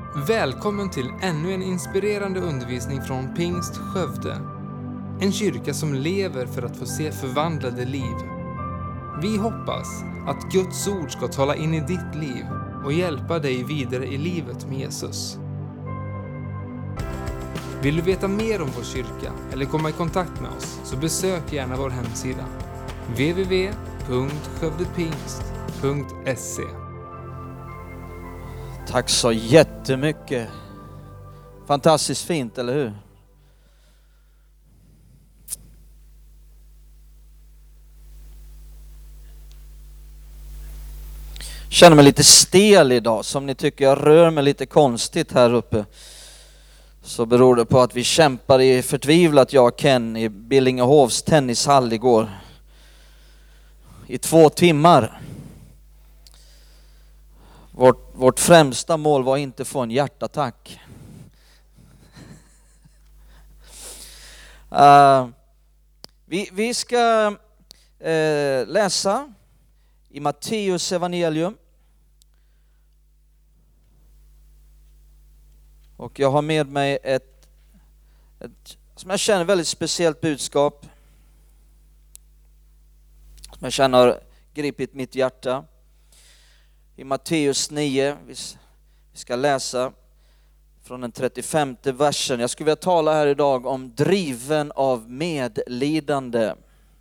Välkommen till ännu en inspirerande undervisning från Pingst Skövde. En kyrka som lever för att få se förvandlade liv. Vi hoppas att Guds ord ska tala in i ditt liv och hjälpa dig vidare i livet med Jesus. Vill du veta mer om vår kyrka eller komma i kontakt med oss så besök gärna vår hemsida www.skövdepingst.se. Tack så jättemycket. Fantastiskt fint, eller hur? Känner mig lite stel idag. Som ni tycker jag rör mig lite konstigt här uppe, så beror det på att vi kämpar i förtvivlat, jag och Ken, i Billingehovs tennishall igår. I 2 timmar. Vårt främsta mål var inte få en hjärtattack. Vi ska läsa i Matteus evangelium. Och jag har med mig ett som jag känner väldigt speciellt budskap. Som jag känner har gripit mitt hjärta. I Matteus 9, vi ska läsa från den 35:e versen. Jag skulle vilja tala här idag om driven av medlidande.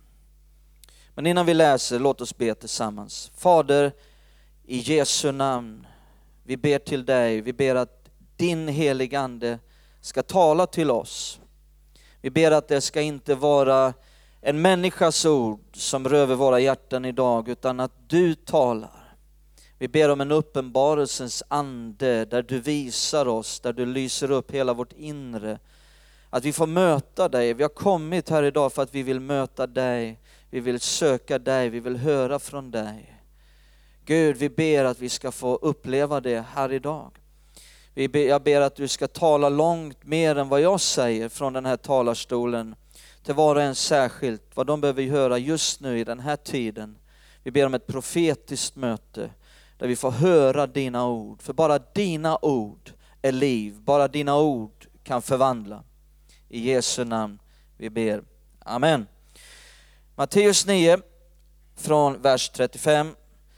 Men innan vi läser, låt oss be tillsammans. Fader, i Jesu namn, vi ber till dig. Vi ber att din heliga ande ska tala till oss. Vi ber att det ska inte vara en människas ord som röver våra hjärtan idag, utan att du talar. Vi ber om en uppenbarelsens ande där du visar oss, där du lyser upp hela vårt inre. Att vi får möta dig. Vi har kommit här idag för att vi vill möta dig. Vi vill söka dig, vi vill höra från dig. Gud, vi ber att vi ska få uppleva det här idag. Jag ber att du ska tala långt mer än vad jag säger från den här talarstolen. Till var och en särskilt, vad de behöver höra just nu i den här tiden. Vi ber om ett profetiskt möte där vi får höra dina ord. För bara dina ord är liv. Bara dina ord kan förvandla. I Jesu namn vi ber. Amen. Matteus 9 från vers 35.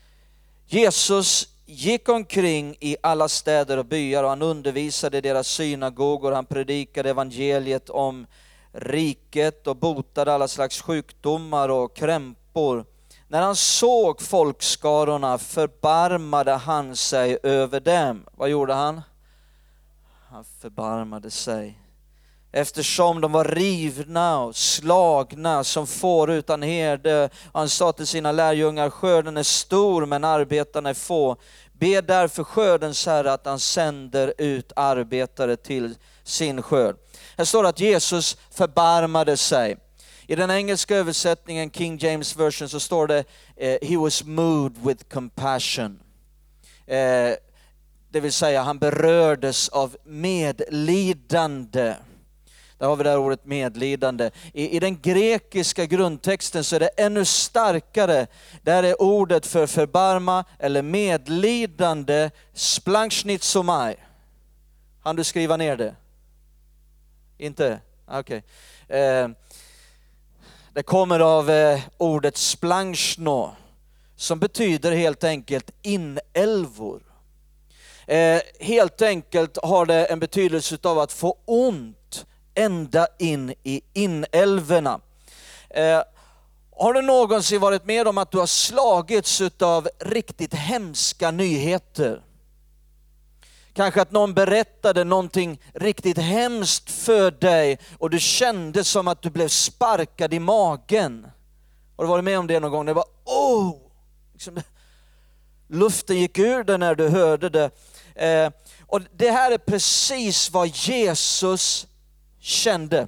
Jesus gick omkring i alla städer och byar och han undervisade deras synagogor. Han predikade evangeliet om riket och botade alla slags sjukdomar och krämpor. När han såg folkskarorna förbarmade han sig över dem. Vad gjorde han? Han förbarmade sig. Eftersom de var rivna och slagna som får utan herde. Han sa till sina lärjungar, skörden är stor men arbetarna är få. Be därför skördens Herre att han sänder ut arbetare till sin skörd. Här står att Jesus förbarmade sig. I den engelska översättningen, King James version, så står det he was moved with compassion. Det vill säga han berördes av medlidande. Där har vi det här ordet medlidande. I den grekiska grundtexten så är det ännu starkare. Där är ordet för förbarma eller medlidande splanchnitsomai. Han du skriva ner det? Inte? Okej. Det kommer av ordet splanchno som betyder helt enkelt inälvor. Helt enkelt har det en betydelse av att få ont ända in i inälvorna. Har du någonsin varit med om att du har slagits av riktigt hemska nyheter? Kanske att någon berättade någonting riktigt hemskt för dig och du kände som att du blev sparkad i magen. Har du varit med om det någon gång? Det var liksom, luften gick ur dig när du hörde det. Och det här är precis vad Jesus kände.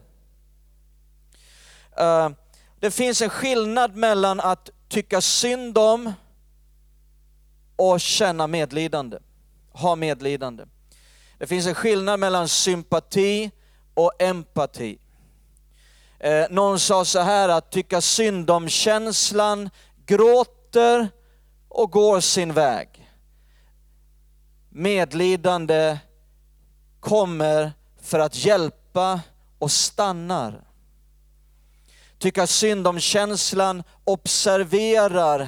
Det finns en skillnad mellan att tycka synd om och känna medlidande. Ha medlidande. Det finns en skillnad mellan sympati och empati. Någon sa så här att tycka synd om känslan, gråter och går sin väg. Medlidande kommer för att hjälpa och stannar. Tycka synd om känslan observerar,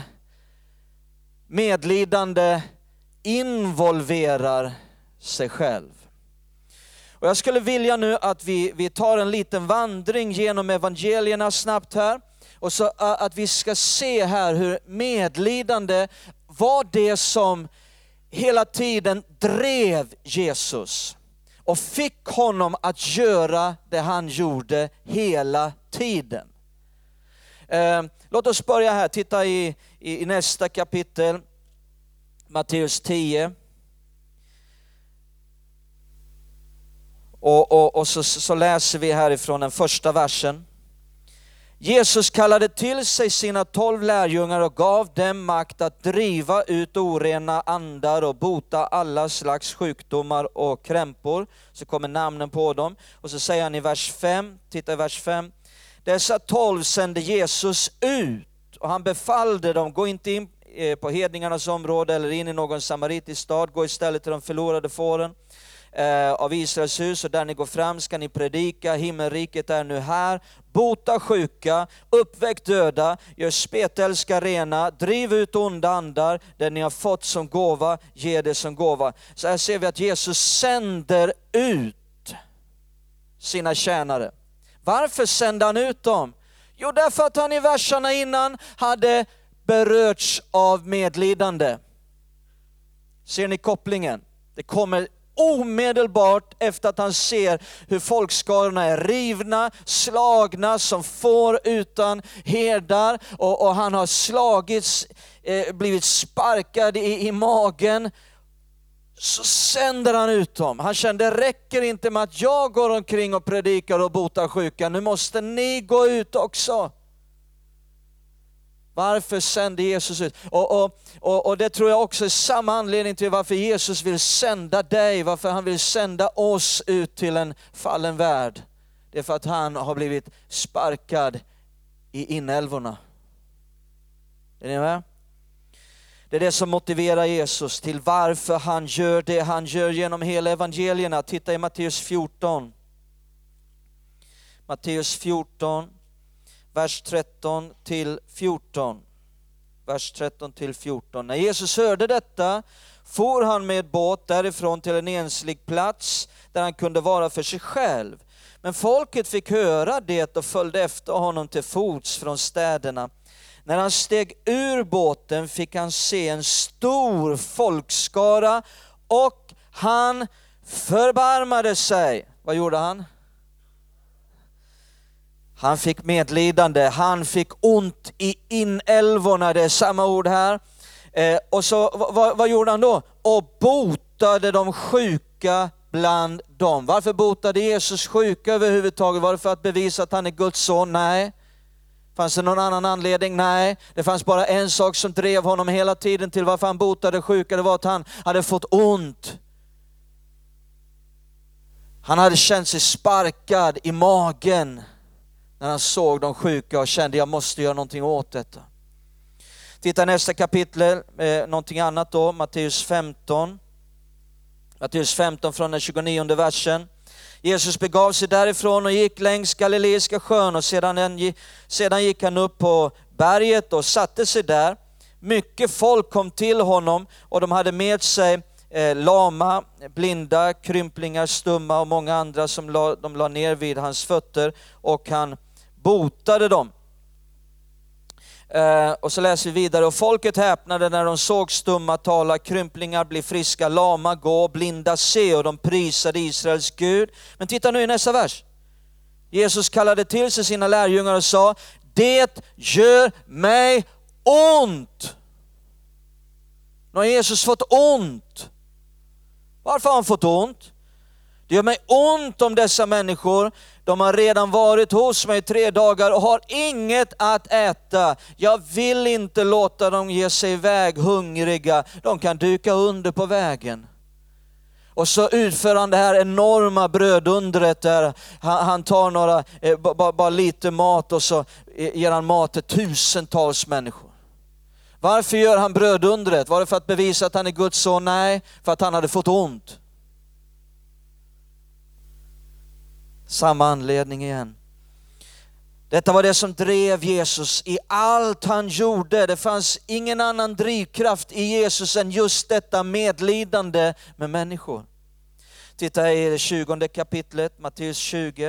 medlidande involverar sig själv. Och jag skulle vilja nu att vi tar en liten vandring genom evangelierna snabbt här. Och så att vi ska se här hur medlidande var det som hela tiden drev Jesus. Och fick honom att göra det han gjorde hela tiden. Låt oss börja här, titta i nästa kapitel, Matteus 10. Och så läser vi härifrån den första versen. Jesus kallade till sig sina 12 lärjungar och gav dem makt att driva ut orena andar och bota alla slags sjukdomar och krämpor. Så kommer namnen på dem. Och så säger han i vers 5, titta i vers 5. Dessa 12 sände Jesus ut och han befallde dem, gå inte in på hedningarnas område eller in i någon samaritisk stad, gå istället till de förlorade fåren av Israels hus, och där ni går fram ska ni predika, himmelriket är nu här, bota sjuka, uppväck döda, gör spetälska rena, driv ut onda andar, det ni har fått som gåva, ge det som gåva. Så här ser vi att Jesus sänder ut sina tjänare. Varför sände han ut dem? Jo, därför att han i verserna innan hade berörts av medlidande. Ser ni kopplingen? Det kommer omedelbart efter att han ser hur folkskarorna är rivna, slagna som får utan herdar, och han har slagits, blivit sparkad i magen. Så sänder han ut dem. Han kände, det räcker inte med att jag går omkring och predikar och botar sjuka. Nu måste ni gå ut också. Varför sände Jesus ut? Och det tror jag också är samma anledning till varför Jesus vill sända dig. Varför han vill sända oss ut till en fallen värld. Det är för att han har blivit sparkad i inälvorna. Är ni med? Det är det som motiverar Jesus till varför han gör det han gör genom hela evangelierna. Titta i Matteus 14. Matteus 14, vers 13 till 14. Vers 13 till 14. När Jesus hörde detta for han med båt därifrån till en enslig plats där han kunde vara för sig själv. Men folket fick höra det och följde efter honom till fots från städerna. När han steg ur båten fick han se en stor folkskara och han förbarmade sig. Vad gjorde han? Han fick medlidande, han fick ont i inälvorna, det är samma ord här. Och så vad gjorde han då? Och botade de sjuka bland dem. Varför botade Jesus sjuka överhuvudtaget? Var det för att bevisa att han är Guds son? Nej. Fanns det någon annan anledning? Nej. Det fanns bara en sak som drev honom hela tiden till varför han botade sjuka. Det var att han hade fått ont. Han hade känt sig sparkad i magen när han såg de sjuka och kände, jag måste göra någonting åt detta. Titta nästa kapitel, någonting annat då, Matteus 15. Matteus 15 från den 29 versen. Jesus begav sig därifrån och gick längs Galileiska sjön, och sedan gick han upp på berget och satte sig där. Mycket folk kom till honom och de hade med sig lama, blinda, krymplingar, stumma och många andra som de la ner vid hans fötter, och han botade dem. Och så läser vi vidare. Och folket häpnade när de såg stumma tala, krymplingar bli friska, lama gå, blinda se, och de prisade Israels Gud. Men titta nu i nästa vers. Jesus kallade till sig sina lärjungar och sa, det gör mig ont. Nu har Jesus fått ont. Varför har han fått ont? Det gör mig ont om dessa människor. De har redan varit hos mig 3 dagar och har inget att äta. Jag vill inte låta dem ge sig iväg hungriga. De kan duka under på vägen. Och så utför han det här enorma brödundret där han tar bara lite mat, och så ger han mat till tusentals människor. Varför gör han brödundret? Var det för att bevisa att han är Guds son? Nej, för att han hade fått ont. Samma anledning igen. Detta var det som drev Jesus i allt han gjorde. Det fanns ingen annan drivkraft i Jesus än just detta medlidande med människor. Titta i det 20:e kapitlet, Matteus 20.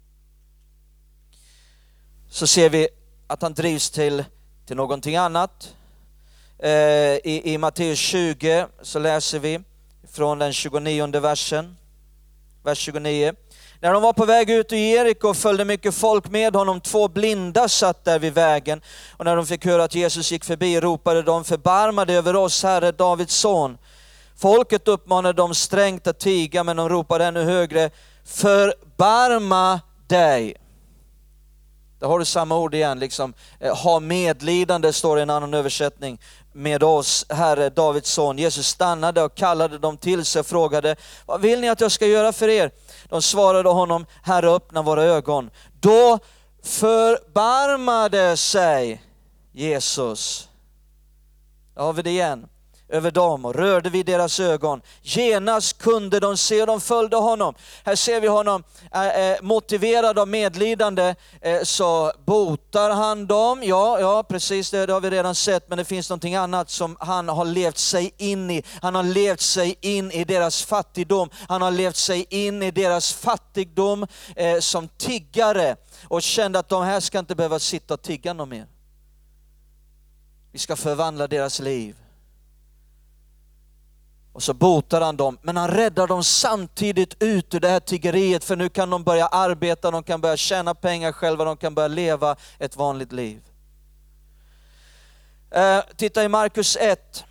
Så ser vi att han drivs till någonting annat. I Matteus 20 så läser vi från den 29:e versen. Vers 29. När de var på väg ut ur Jeriko följde mycket folk med honom. 2 blinda satt där vid vägen. Och när de fick höra att Jesus gick förbi ropade de: förbarma dig över oss, Herre, Davids son. Folket uppmanade dem strängt att tiga, men de ropade ännu högre: förbarma dig. Där har du samma ord igen, liksom ha medlidande, står det i en annan översättning, med oss, Herre, Davids son. Jesus stannade och kallade dem till sig och frågade: vad vill ni att jag ska göra för er? De svarade honom: Herre, öppna våra ögon. Då förbarmade sig Jesus. Där har vi det igen. Över dem och rörde vid deras ögon. Genast kunde de se och de följde honom. Här ser vi honom motiverad av medlidande, så botar han dem. Ja, precis, det har vi redan sett, men det finns någonting annat som han har levt sig in i. Han har levt sig in i deras fattigdom. Han har levt sig in i deras fattigdom som tiggare och kände att de här ska inte behöva sitta och tigga någon mer. Vi ska förvandla deras liv. Och så botar han dem, men han räddar dem samtidigt ut ur det här tiggeriet, för nu kan de börja arbeta, de kan börja tjäna pengar själva, de kan börja leva ett vanligt liv. Titta i Markus 1.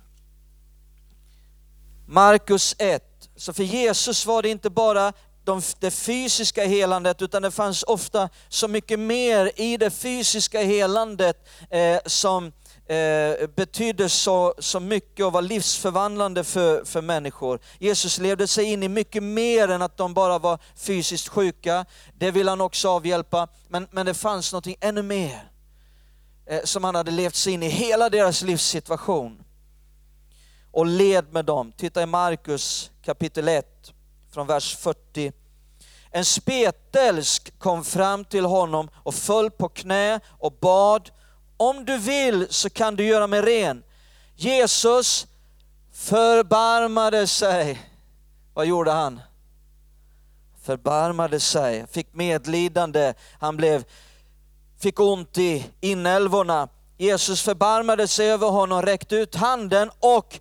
Markus 1. Så för Jesus var det inte bara det fysiska helandet, utan det fanns ofta så mycket mer i det fysiska helandet som betydde så mycket och var livsförvandlande för människor. Jesus levde sig in i mycket mer än att de bara var fysiskt sjuka. Det vill han också avhjälpa. Men det fanns något ännu mer som han hade levt sig in i hela deras livssituation. Och led med dem. Titta i Markus kapitel 1 från vers 40. En spetälsk kom fram till honom och föll på knä och bad: om du vill så kan du göra mig ren. Jesus förbarmade sig. Vad gjorde han? Förbarmade sig, fick medlidande, han fick ont i inälvorna. Jesus förbarmade sig över honom, räckte ut handen och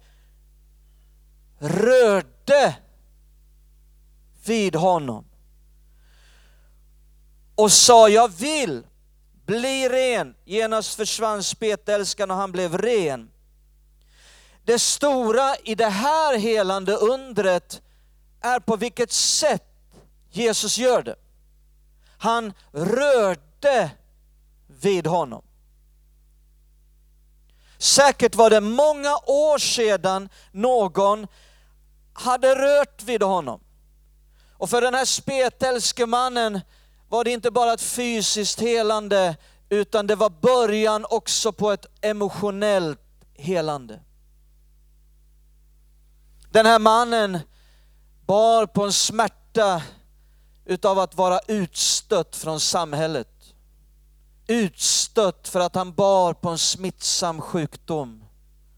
rörde vid honom. Och sa: jag vill bli ren. Genast försvann spetälskan och han blev ren. Det stora i det här helande undret är på vilket sätt Jesus gör det. Han rörde vid honom. Säkert var det många år sedan någon hade rört vid honom. Och för den här spetälske mannen var det inte bara ett fysiskt helande, utan det var början också på ett emotionellt helande. Den här mannen bar på en smärta utav att vara utstött från samhället. Utstött för att han bar på en smittsam sjukdom.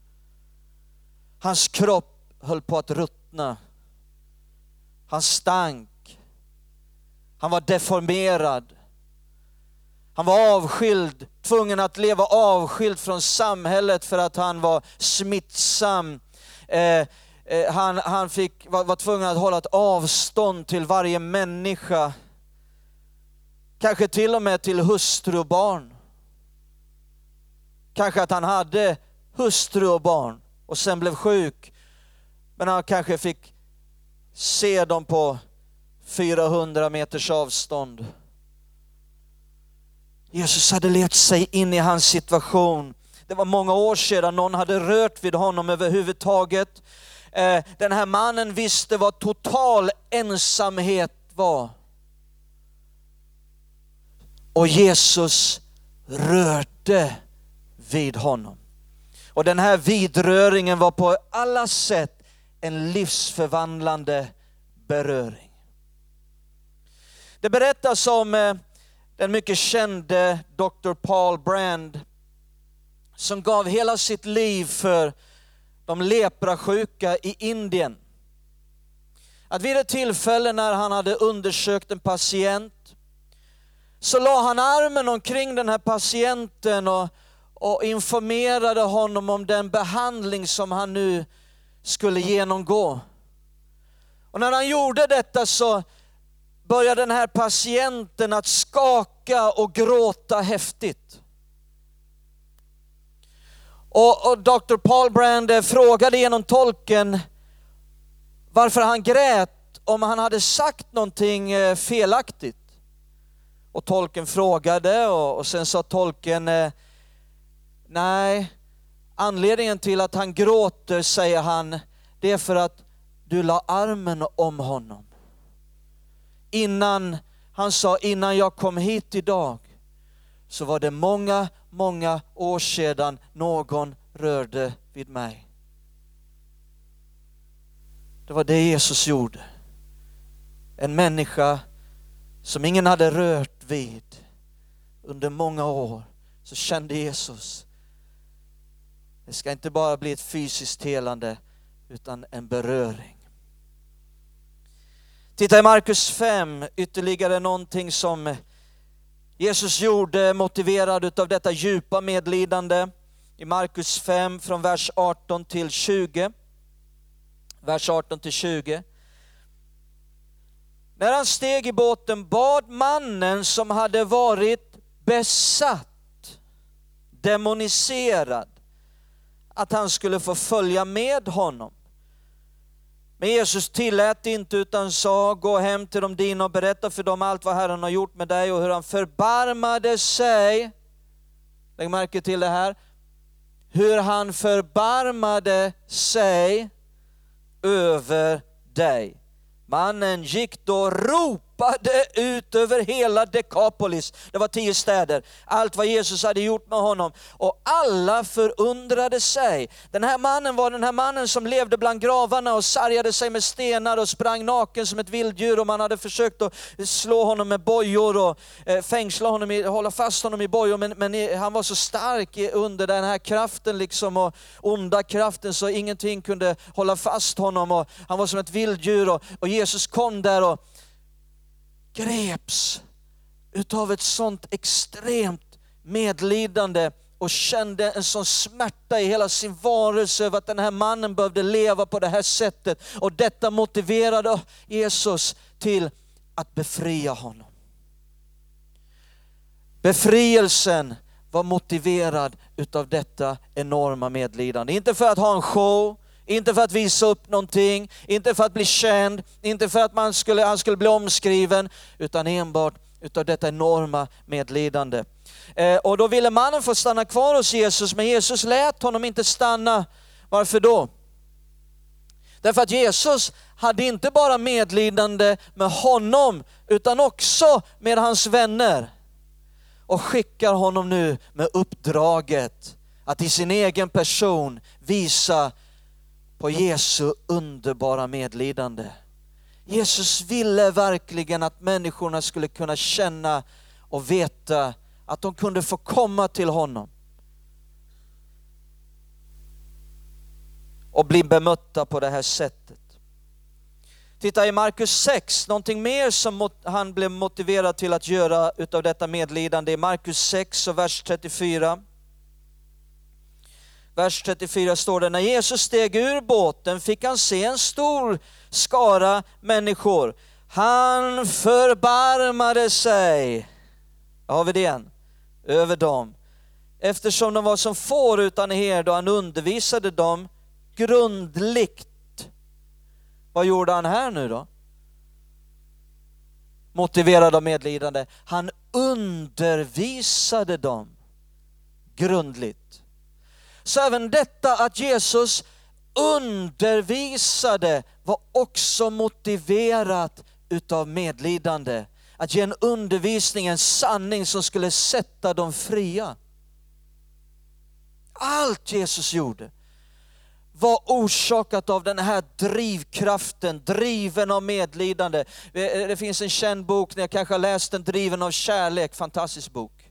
Hans kropp höll på att ruttna. Han stank. Han var deformerad. Han var avskild, tvungen att leva avskild från samhället för att han var smittsam. Han var tvungen att hålla ett avstånd till varje människa. Kanske till och med till hustru och barn. Kanske att han hade hustru och barn och sen blev sjuk. Men han kanske fick se dem på 400 meters avstånd. Jesus hade levt sig in i hans situation. Det var många år sedan någon hade rört vid honom överhuvudtaget. Den här mannen visste vad total ensamhet var. Och Jesus rörde vid honom. Och den här vidröringen var på alla sätt en livsförvandlande beröring. Det berättas om den mycket kände Dr. Paul Brand som gav hela sitt liv för de leprasjuka i Indien. Att vid ett tillfälle när han hade undersökt en patient så la han armen omkring den här patienten och informerade honom om den behandling som han nu skulle genomgå. Och när han gjorde detta så började den här patienten att skaka och gråta häftigt. Och Dr. Paul Brand frågade genom tolken varför han grät, om han hade sagt någonting felaktigt. Och tolken frågade och sen sa tolken, nej, anledningen till att han gråter, säger han, det är för att du la armen om honom. Innan jag kom hit idag så var det många, många år sedan någon rörde vid mig. Det var det Jesus gjorde. En människa som ingen hade rört vid under många år, så kände Jesus, det ska inte bara bli ett fysiskt helande utan en beröring. Titta i Markus 5, ytterligare någonting som Jesus gjorde motiverad av detta djupa medlidande. I Markus 5 från vers 18 till 20. Vers 18 till 20. När han steg i båten bad mannen som hade varit besatt, demoniserad, att han skulle få följa med honom. Men Jesus tillät inte utan sa, gå hem till de dina och berätta för dem allt vad Herren har gjort med dig och hur han förbarmade sig. Lägg märke till det här. Hur han förbarmade sig över dig. Mannen gick då och ropade ut över hela Dekapolis. Det var 10 städer. Allt vad Jesus hade gjort med honom. Och alla förundrade sig. Den här mannen var den här mannen som levde bland gravarna och sargade sig med stenar och sprang naken som ett vilddjur. Och man hade försökt att slå honom med bojor och fängsla honom, hålla fast honom i bojor. Men han var så stark under den här kraften liksom, och onda kraften, så ingenting kunde hålla fast honom. Och han var som ett vilddjur och Jesus kom där och greps utav ett sånt extremt medlidande och kände en sån smärta i hela sin varelse över att den här mannen behövde leva på det här sättet. Och detta motiverade Jesus till att befria honom. Befrielsen var motiverad utav detta enorma medlidande. Inte för att ha en show, inte för att visa upp någonting, inte för att bli känd, inte för att han skulle bli omskriven, utan enbart utav detta enorma medlidande. Och då ville mannen få stanna kvar hos Jesus, men Jesus lät honom inte stanna. Varför då? Därför att Jesus hade inte bara medlidande med honom, utan också med hans vänner. Och skickar honom nu med uppdraget att i sin egen person visa på Jesu underbara medlidande. Jesus ville verkligen att människorna skulle kunna känna och veta att de kunde få komma till honom och bli bemötta på det här sättet. Titta i Markus 6, någonting mer som han blev motiverad till att göra utav detta medlidande. I Markus 6 och vers 34. Vers 34 står det, när Jesus steg ur båten fick han se en stor skara människor. Han förbarmade sig, har vi det igen, över dem. Eftersom de var som får utan herde och han undervisade dem grundligt. Vad gjorde han här nu då? Motiverad av medlidande. Han undervisade dem grundligt. Så även detta att Jesus undervisade var också motiverat utav medlidande. Att ge en undervisning, en sanning som skulle sätta dem fria. Allt Jesus gjorde var orsakat av den här drivkraften, driven av medlidande. Det finns en känd bok, ni kanske har läst den, Driven av kärlek, fantastisk bok.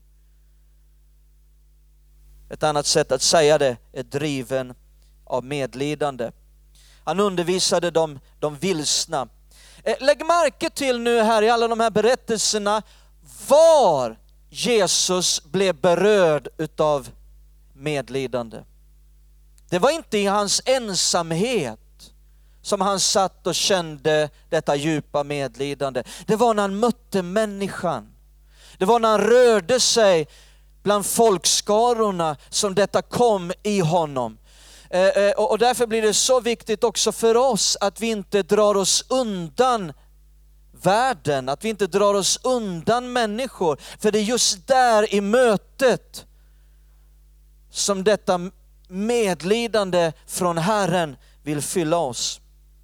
Ett annat sätt att säga det är driven av medlidande. Han undervisade de vilsna. Lägg märke till nu här i alla de här berättelserna var Jesus blev berörd utav medlidande. Det var inte i hans ensamhet som han satt och kände detta djupa medlidande. Det var när han mötte människan. Det var när han rörde sig bland folkskarorna som detta kom i honom. Och därför blir det så viktigt också för oss att vi inte drar oss undan världen, att vi inte drar oss undan människor. För det är just där i mötet som detta medlidande från Herren vill fylla oss.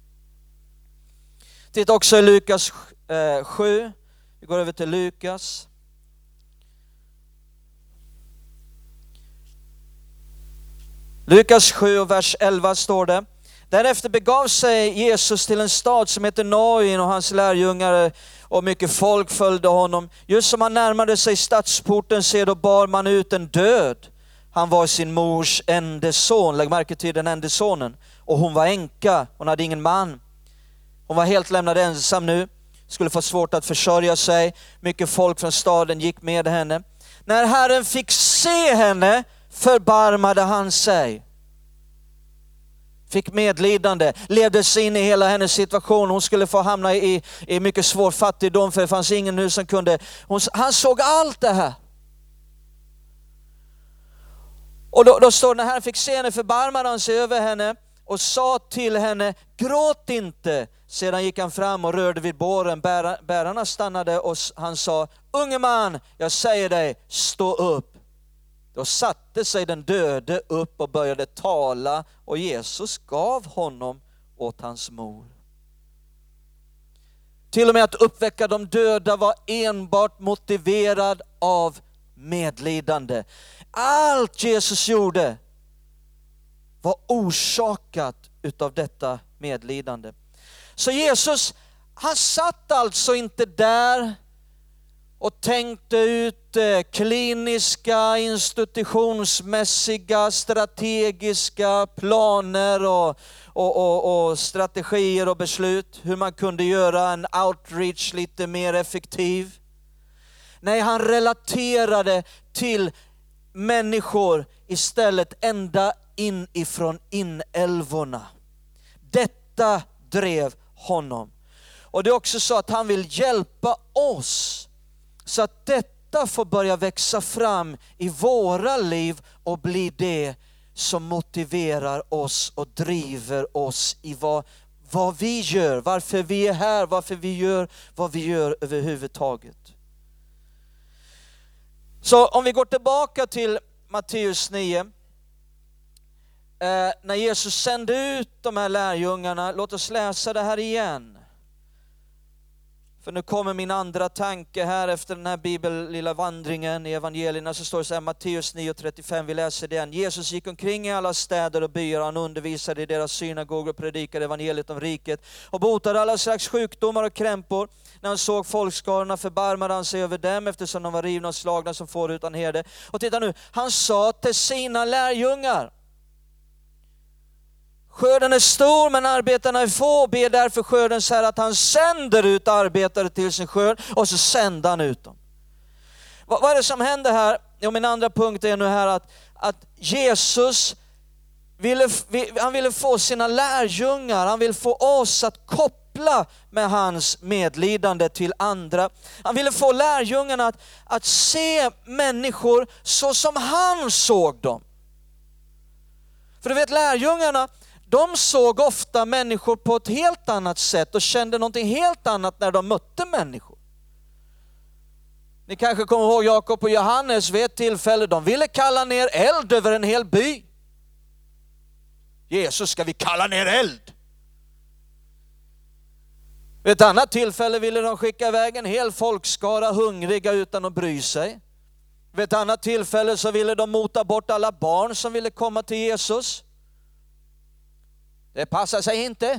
Titta också i Lukas 7. Vi går över till Lukas. Lukas 7 och vers 11 står det. Därefter begav sig Jesus till en stad som heter Nain och hans lärjungar och mycket folk följde honom. Just som han närmade sig stadsporten så då bar man ut en död. Han var sin mors enda son, lägg märke till den enda sonen. Och hon var änka, hon hade ingen man. Hon var helt lämnad ensam nu, skulle få svårt att försörja sig. Mycket folk från staden gick med henne. När Herren fick se henne förbarmade han sig. Fick medlidande, levde sig in i hela hennes situation. Hon skulle få hamna i mycket svår fattigdom för det fanns ingen nu som kunde. Han såg allt det här. Och då står det, när Herren fick se henne förbarmade han sig över henne och sa till henne, gråt inte. Sedan gick han fram och rörde vid båren. Bärarna stannade och han sa, unge man, jag säger dig, stå upp. Då satte sig den döde upp och började tala och Jesus gav honom åt hans mor. Till och med att uppväcka de döda var enbart motiverad av medlidande. Allt Jesus gjorde var orsakat utav detta medlidande. Så Jesus, han satt alltså inte där och tänkte ut kliniska, institutionsmässiga, strategiska planer och strategier och beslut. Hur man kunde göra en outreach lite mer effektiv. Nej, han relaterade till människor istället ända inifrån inälvorna. Detta drev honom. Och det är också så att han vill hjälpa oss så att detta får börja växa fram i våra liv och bli det som motiverar oss och driver oss i vad vi gör, varför vi är här, varför vi gör vad vi gör överhuvudtaget. Så om vi går tillbaka till Matteus 9. När Jesus sände ut de här lärjungarna, låt oss läsa det här igen. För nu kommer min andra tanke här efter den här lilla vandringen i evangelierna. Så står det så här, Matteus 9:35, vi läser det igen. Jesus gick omkring i alla städer och byar, han undervisade i deras synagogor och predikade evangeliet om riket. Och botade alla slags sjukdomar och krämpor. När han såg folkskarorna förbarmade han sig över dem eftersom de var rivna och slagna som får utan herde. Och titta nu, han sa till sina lärjungar. Skörden är stor men arbetarna är få. Be därför skördens Herre att han sänder ut arbetare till sin skörd. Och så sänder han ut dem. Vad är det som händer här? Ja, min andra punkt är nu här att Jesus han ville få sina lärjungar. Han vill få oss att koppla med hans medlidande till andra. Han ville få lärjungarna att se människor så som han såg dem. För du vet, lärjungarna, de såg ofta människor på ett helt annat sätt och kände någonting helt annat när de mötte människor. Ni kanske kommer ihåg Jakob och Johannes vid ett tillfälle. De ville kalla ner eld över en hel by. Jesus, ska vi kalla ner eld? Vid ett annat tillfälle ville de skicka iväg en hel folkskara hungriga utan att bry sig. Vid ett annat tillfälle så ville de mota bort alla barn som ville komma till Jesus. Det passar sig inte.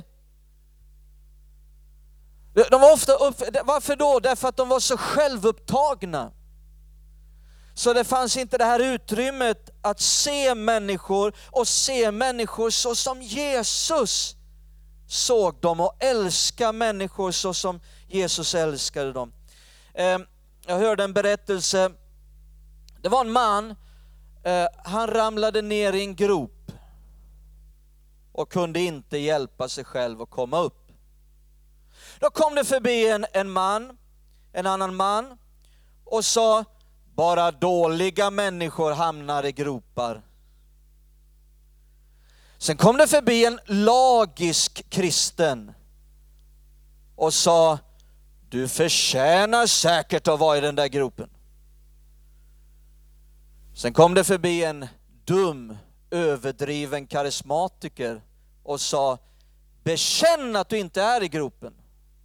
De var ofta varför då? Därför att de var så självupptagna. Så det fanns inte det här utrymmet att se människor och se människor så som Jesus såg dem och älska människor så som Jesus älskade dem. Jag hörde en berättelse. Det var en man, han ramlade ner i en grop och kunde inte hjälpa sig själv att komma upp. Då kom det förbi en annan man och sa, bara dåliga människor hamnar i gropar. Sen kom det förbi en lagisk kristen och sa, du förtjänar säkert att vara i den där gropen. Sen kom det förbi en dum, överdriven karismatiker och sa, bekänn att du inte är i gropen.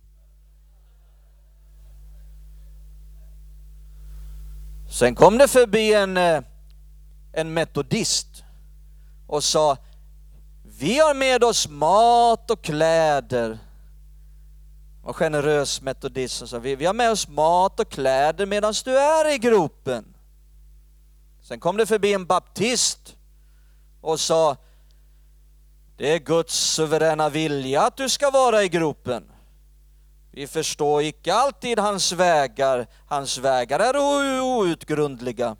Sen kom det förbi en metodist och sa, vi har med oss mat och kläder. Och generös metodist och sa, vi har med oss mat och kläder medan du är i gropen. Sen kom det förbi en baptist och sa, det är Guds suveräna vilja att du ska vara i gropen. Vi förstår icke alltid hans vägar. Hans vägar är outgrundliga.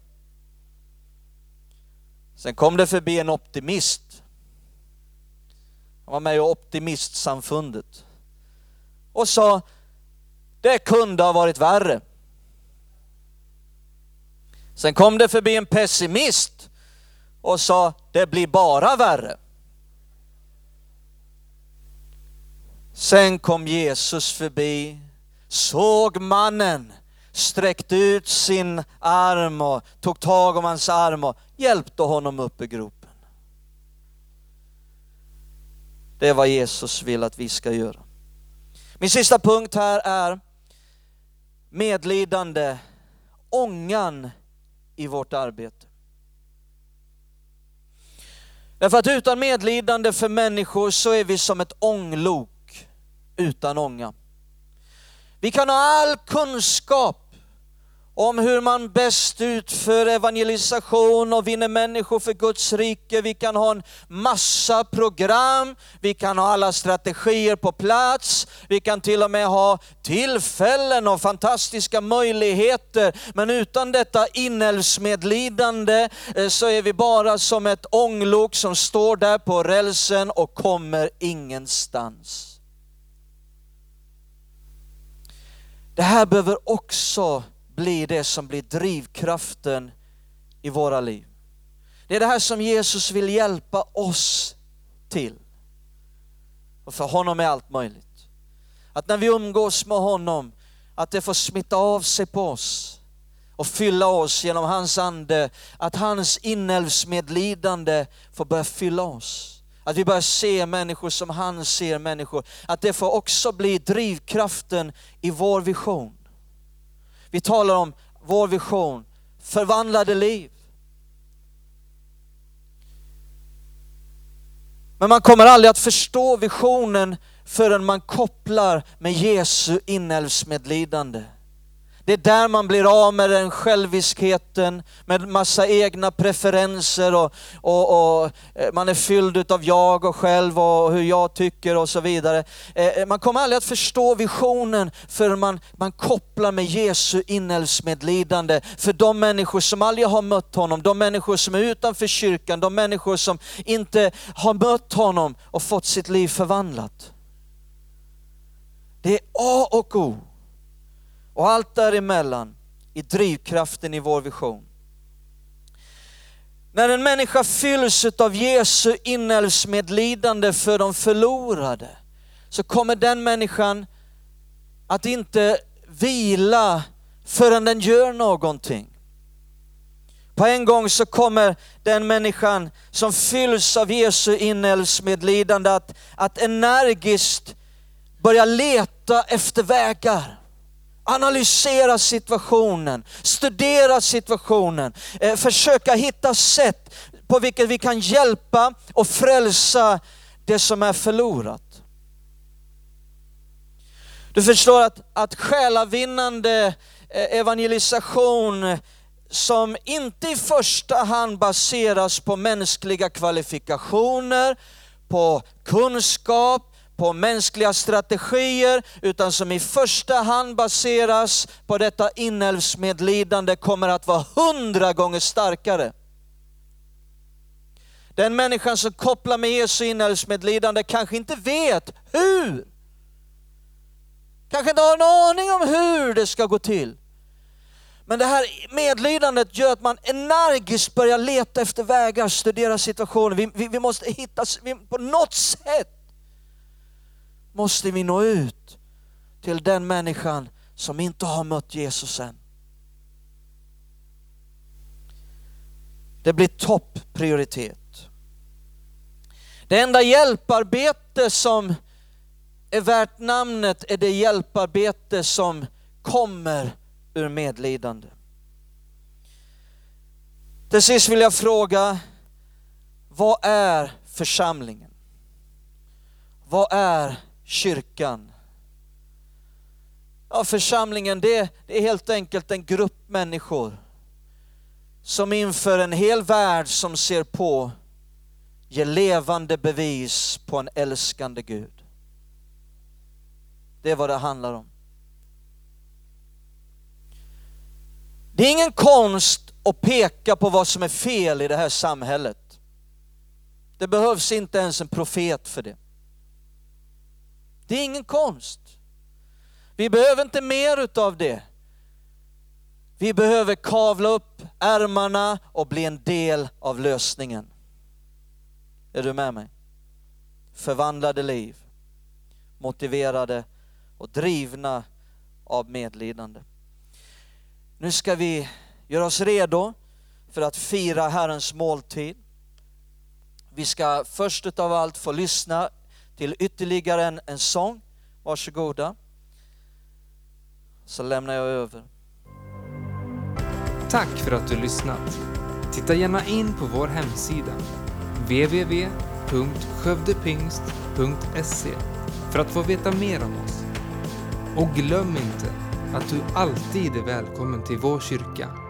Sen kom det förbi en optimist. Han var med i optimistsamfundet. Och sa, det kunde ha varit värre. Sen kom det förbi en pessimist och sa, det blir bara värre. Sen kom Jesus förbi, såg mannen, sträckte ut sin arm och tog tag om hans arm och hjälpte honom upp i gropen. Det är vad Jesus vill att vi ska göra. Min sista punkt här är medlidande, ångan i vårt arbete. Därför att utan medlidande för människor så är vi som ett ånglok utan ånga. Vi kan ha all kunskap om hur man bäst utför evangelisation och vinner människor för Guds rike. Vi kan ha en massa program, vi kan ha alla strategier på plats, vi kan till och med ha tillfällen och fantastiska möjligheter. Men utan detta inälvsmedlidande så är vi bara som ett ånglok som står där på rälsen och kommer ingenstans. Det här behöver också bli det som blir drivkraften i våra liv. Det är det här som Jesus vill hjälpa oss till. Och för honom är allt möjligt. Att när vi umgås med honom, att det får smitta av sig på oss och fylla oss genom hans ande. Att hans inälvsmedlidande får börja fylla oss. Att vi börjar se människor som han ser människor. Att det får också bli drivkraften i vår vision. Vi talar om vår vision, förvandlade liv. Men man kommer aldrig att förstå visionen förrän man kopplar med Jesu inälvsmedlidande. Det är där man blir av med den själviskheten, med massa egna preferenser och man är fylld av jag och själv och hur jag tycker och så vidare. Man kommer aldrig att förstå visionen förrän man kopplar med Jesu inälvsmedlidande. För de människor som aldrig har mött honom, de människor som är utanför kyrkan, de människor som inte har mött honom och fått sitt liv förvandlat. Det är A och O. Och allt däremellan i drivkraften i vår vision. När en människa fylls av Jesu inälvsmedlidande för de förlorade, så kommer den människan att inte vila förrän den gör någonting. På en gång så kommer den människan som fylls av Jesu inälvsmedlidande att energiskt börja leta efter vägar. Analysera situationen, studera situationen, försöka hitta sätt på vilket vi kan hjälpa och frälsa det som är förlorat. Du förstår att själavinnande evangelisation som inte i första hand baseras på mänskliga kvalifikationer, på kunskap, på mänskliga strategier, utan som i första hand baseras på detta inälvsmedlidande kommer att vara 100 gånger starkare. Den människan som kopplar med Jesu inälvsmedlidande kanske inte vet hur. Kanske inte har en aning om hur det ska gå till. Men det här medlidandet gör att man energiskt börjar leta efter vägar, studera situationen. Vi måste hitta, på något sätt måste vi nå ut till den människan som inte har mött Jesus än. Det blir topprioritet. Det enda hjälparbete som är värt namnet är det hjälparbete som kommer ur medlidande. Till sist vill jag fråga, vad är församlingen? Vad är kyrkan? Ja, församlingen det är helt enkelt en grupp människor som inför en hel värld som ser på ger levande bevis på en älskande Gud. Det är vad det handlar om. Det är ingen konst att peka på vad som är fel i det här samhället. Det behövs inte ens en profet för det. Det är ingen konst. Vi behöver inte mer utav det. Vi behöver kavla upp ärmarna och bli en del av lösningen. Är du med mig? Förvandlade liv, motiverade och drivna av medlidande. Nu ska vi göra oss redo för att fira Herrens måltid. Vi ska först utav allt få lyssna till ytterligare en sång. Varsågoda. Så lämnar jag över. Tack för att du lyssnat. Titta gärna in på vår hemsida www.skövdepingst.se för att få veta mer om oss. Och glöm inte att du alltid är välkommen till vår kyrka.